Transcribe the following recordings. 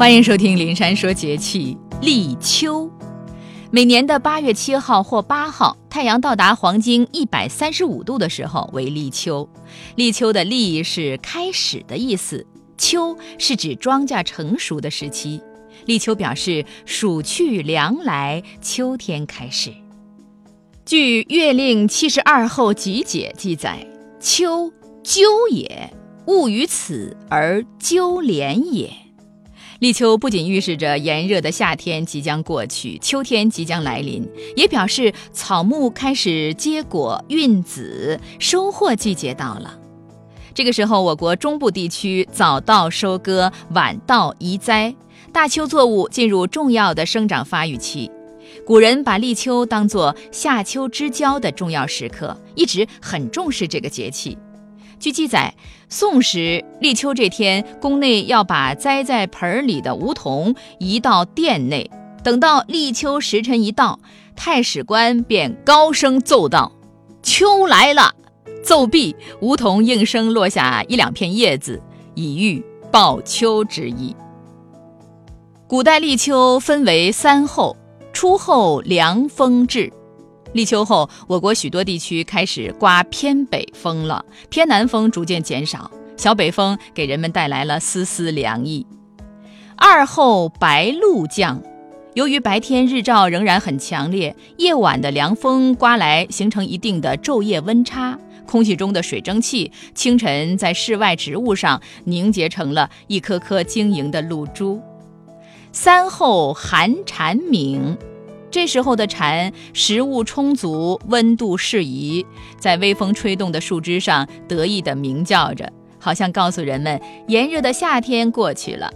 欢迎收听林珊说节气。立秋，每年的8月7号或8号，太阳到达黄经135度的时候为立秋。立秋的立是开始的意思，秋是指庄稼成熟的时期。立秋表示暑去凉来，秋天开始。据《月令72候集解》记载，秋，鸠也，物于此而鸠连也。立秋不仅预示着炎热的夏天即将过去，秋天即将来临，也表示草木开始结果孕子，收获季节到了。这个时候，我国中部地区早稻收割，晚稻移栽，大秋作物进入重要的生长发育期。古人把立秋当作夏秋之交的重要时刻，一直很重视这个节气。据记载，宋时立秋这天，宫内要把栽在盆里的梧桐移到殿内，等到立秋时辰一到，太史官便高声奏道：秋来了。奏毕，梧桐应声落下1-2片叶子，以喻报秋之意。古代立秋分为3候，初候凉风至。立秋后，我国许多地区开始刮偏北风了，偏南风逐渐减少，小北风给人们带来了丝丝凉意。2候白露降，由于白天日照仍然很强烈，夜晚的凉风刮来，形成一定的昼夜温差，空气中的水蒸气清晨在室外植物上凝结成了一颗颗晶莹的露珠。3候寒蝉鸣，这时候的蝉食物充足，温度适宜，在微风吹动的树枝上得意地鸣叫着，好像告诉人们炎热的夏天过去了。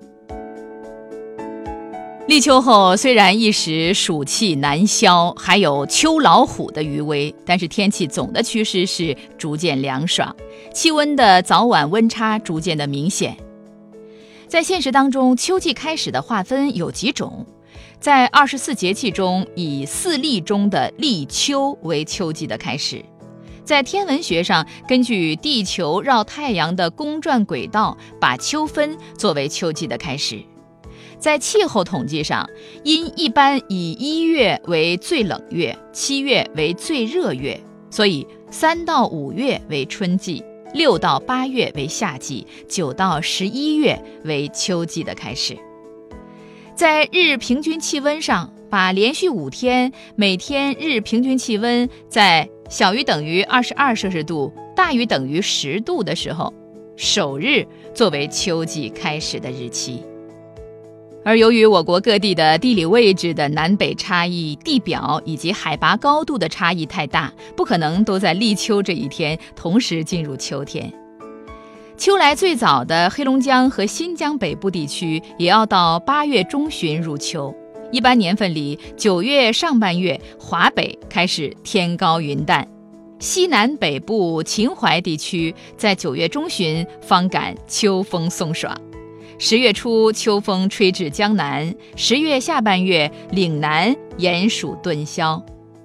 立秋后虽然一时暑气难消，还有秋老虎的余威，但是天气总的趋势是逐渐凉爽，气温的早晚温差逐渐的明显。在现实当中，秋季开始的划分有几种。在24节气中，以4立中的立秋为秋季的开始。在天文学上，根据地球绕太阳的公转轨道，把秋分作为秋季的开始。在气候统计上，因一般以1月为最冷月，7月为最热月，所以3到5月为春季，6到8月为夏季，9到11月为秋季的开始。在日平均气温上，把连续5天每天日平均气温在小于等于22摄氏度，大于等于10度的时候，首日作为秋季开始的日期。而由于我国各地的地理位置的南北差异、地表以及海拔高度的差异太大，不可能都在立秋这一天同时进入秋天。秋来最早的黑龙江和新疆北部地区也要到8月中旬入秋，一般年份里9月上半月华北开始天高云淡，西南北部秦淮地区在9月中旬方感秋风送爽，10月初秋风吹至江南，10月下半月岭南炎暑顿消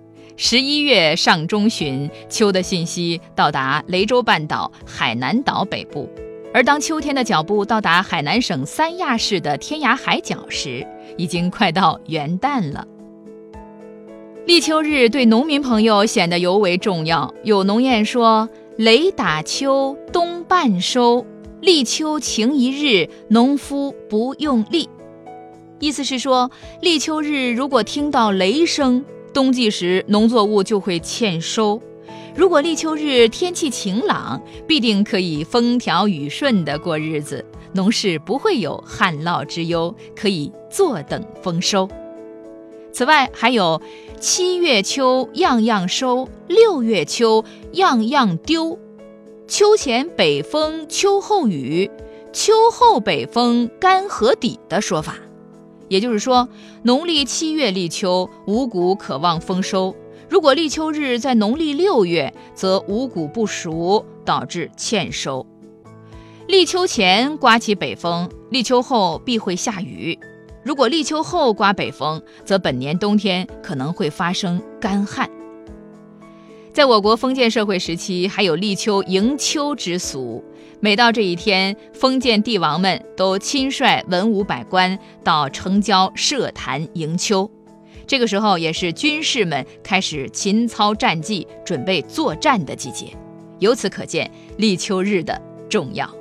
，11月上中旬秋的信息到达雷州半岛、海南岛北部，而当秋天的脚步到达海南省三亚市的天涯海角时，已经快到元旦了。立秋日对农民朋友显得尤为重要，有农谚说：雷打秋，冬半收，立秋晴一日，农夫不用力。意思是说，立秋日如果听到雷声，冬季时农作物就会欠收；如果立秋日天气晴朗，必定可以风调雨顺地过日子，农事不会有旱涝之忧，可以坐等丰收。此外还有7月秋样样收，6月秋样样丢，秋前北风秋后雨，秋后北风干禾底的说法。也就是说，农历7月立秋，五谷可望丰收；如果立秋日在农历6月，则五谷不熟，导致欠收。立秋前刮起北风，立秋后必会下雨；如果立秋后刮北风，则本年冬天可能会发生干旱。 在我国封建社会时期，还有立秋迎秋之俗。每到这一天，封建帝王们都亲率文武百官到城郊设坛迎秋。这个时候也是军士们开始勤操战绩，准备作战的季节。由此可见立秋日的重要。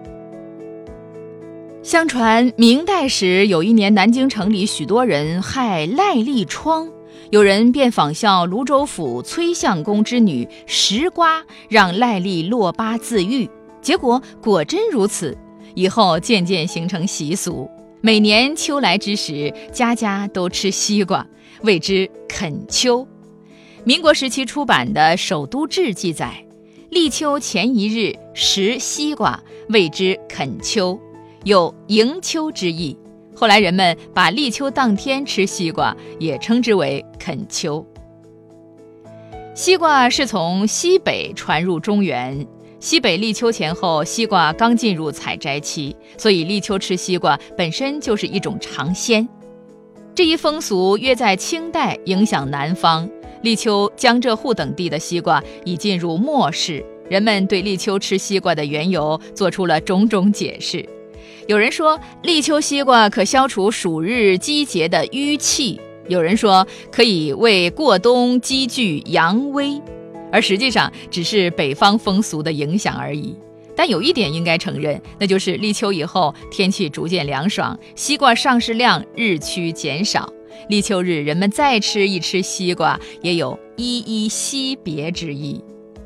相传明代时有一年，南京城里许多人害赖痢疮，有人便仿效泸州府崔相公之女石瓜，让赖痢落疤自愈，结果果真如此。以后渐渐形成习俗，每年秋来之时，家家都吃西瓜，谓之啃秋。民国时期出版的《首都志》记载，立秋前一日食西瓜，谓之啃秋，有迎秋之意。后来人们把立秋当天吃西瓜也称之为啃秋。西瓜是从西北传入中原，西北立秋前后，西瓜刚进入采摘期，所以立秋吃西瓜本身就是一种尝鲜。这一风俗约在清代影响南方，立秋江浙沪等地的西瓜已进入末世，人们对立秋吃西瓜的缘由做出了种种解释。有人说立秋西瓜可消除暑日积结的淤气，有人说可以为过冬积聚阳威，而实际上只是北方风俗的影响而已。但有一点应该承认，那就是立秋以后天气逐渐凉爽，西瓜上市量日趋减少，立秋日人们再吃一吃西瓜，也有依依惜别之意。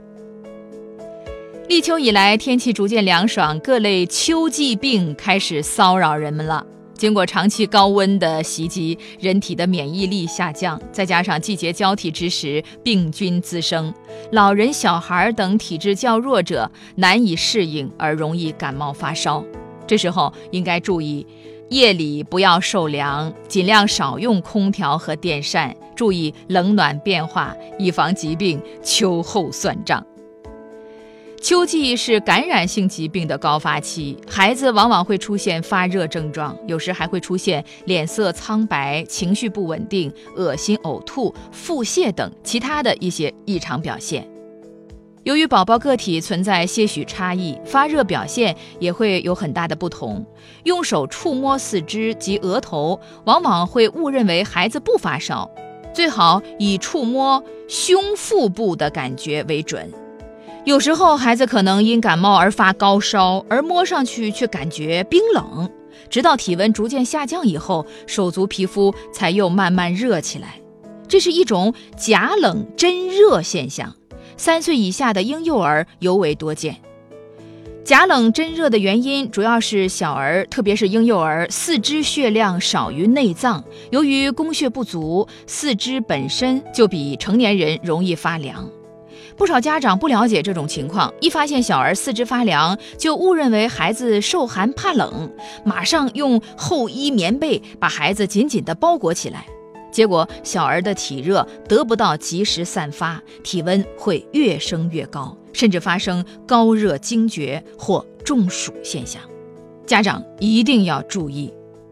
立秋以来，天气逐渐凉爽，各类秋季病开始骚扰人们了。经过长期高温的袭击，人体的免疫力下降，再加上季节交替之时，病菌滋生，老人、小孩等体质较弱者难以适应，而容易感冒发烧。这时候应该注意，夜里不要受凉，尽量少用空调和电扇，注意冷暖变化，以防疾病秋后算账。秋季是感染性疾病的高发期，孩子往往会出现发热症状，有时还会出现脸色苍白、情绪不稳定、恶心、呕吐、腹泻等其他的一些异常表现。由于宝宝个体存在些许差异，发热表现也会有很大的不同。用手触摸四肢及额头，往往会误认为孩子不发烧，最好以触摸胸腹部的感觉为准。有时候孩子可能因感冒而发高烧，而摸上去却感觉冰冷，直到体温逐渐下降以后，手足皮肤才又慢慢热起来。这是一种假冷真热现象，3岁以下的婴幼儿尤为多见。假冷真热的原因主要是小儿，特别是婴幼儿，四肢血量少于内脏，由于供血不足，四肢本身就比成年人容易发凉。不少家长不了解这种情况，一发现小儿四肢发凉，就误认为孩子受寒怕冷，马上用厚衣棉被把孩子紧紧地包裹起来。结果小儿的体热得不到及时散发，体温会越升越高，甚至发生高热惊厥或中暑现象。家长一定要注意。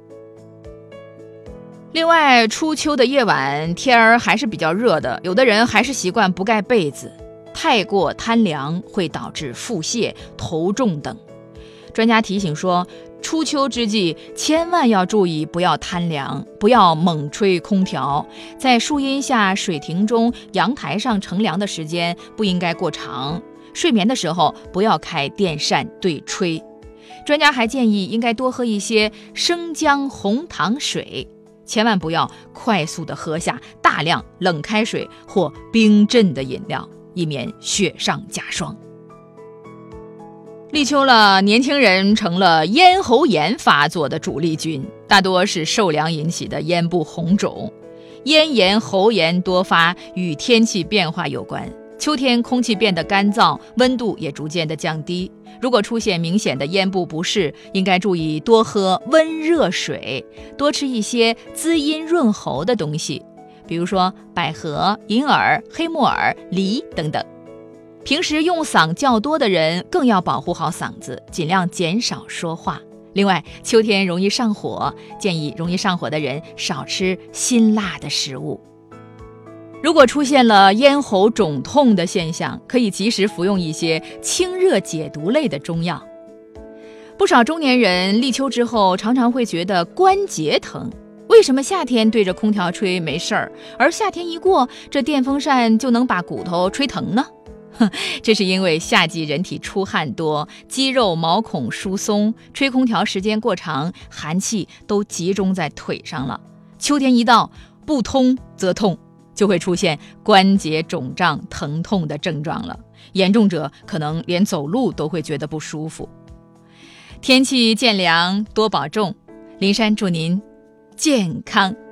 另外，初秋的夜晚天儿还是比较热的，有的人还是习惯不盖被子，太过贪凉会导致腹泻、头重等。专家提醒说，初秋之际千万要注意不要贪凉，不要猛吹空调，在树荫下、水亭中、阳台上乘凉的时间不应该过长，睡眠的时候不要开电扇对吹。专家还建议应该多喝一些生姜红糖水，千万不要快速地喝下大量冷开水或冰镇的饮料，以免雪上加霜。立秋了，年轻人成了咽喉炎发作的主力军，大多是受凉引起的咽部红肿。咽炎、喉炎多发与天气变化有关，秋天空气变得干燥，温度也逐渐的降低。如果出现明显的咽部不适，应该注意多喝温热水，多吃一些滋阴润喉的东西，比如说百合、银耳、黑木耳、梨等等。平时用嗓较多的人更要保护好嗓子，尽量减少说话。另外，秋天容易上火，建议容易上火的人少吃辛辣的食物。 如果出现了咽喉肿痛的现象，可以及时服用一些清热解毒类的中药。不少中年人立秋之后常常会觉得关节疼，为什么夏天对着空调吹没事儿，而夏天一过，这电风扇就能把骨头吹疼呢？这是因为夏季人体出汗多，肌肉毛孔疏松，吹空调时间过长，寒气都集中在腿上了。秋天一到，不通则痛，就会出现关节肿胀疼痛的症状了，严重者可能连走路都会觉得不舒服。天气渐凉，多保重。林珊祝您健康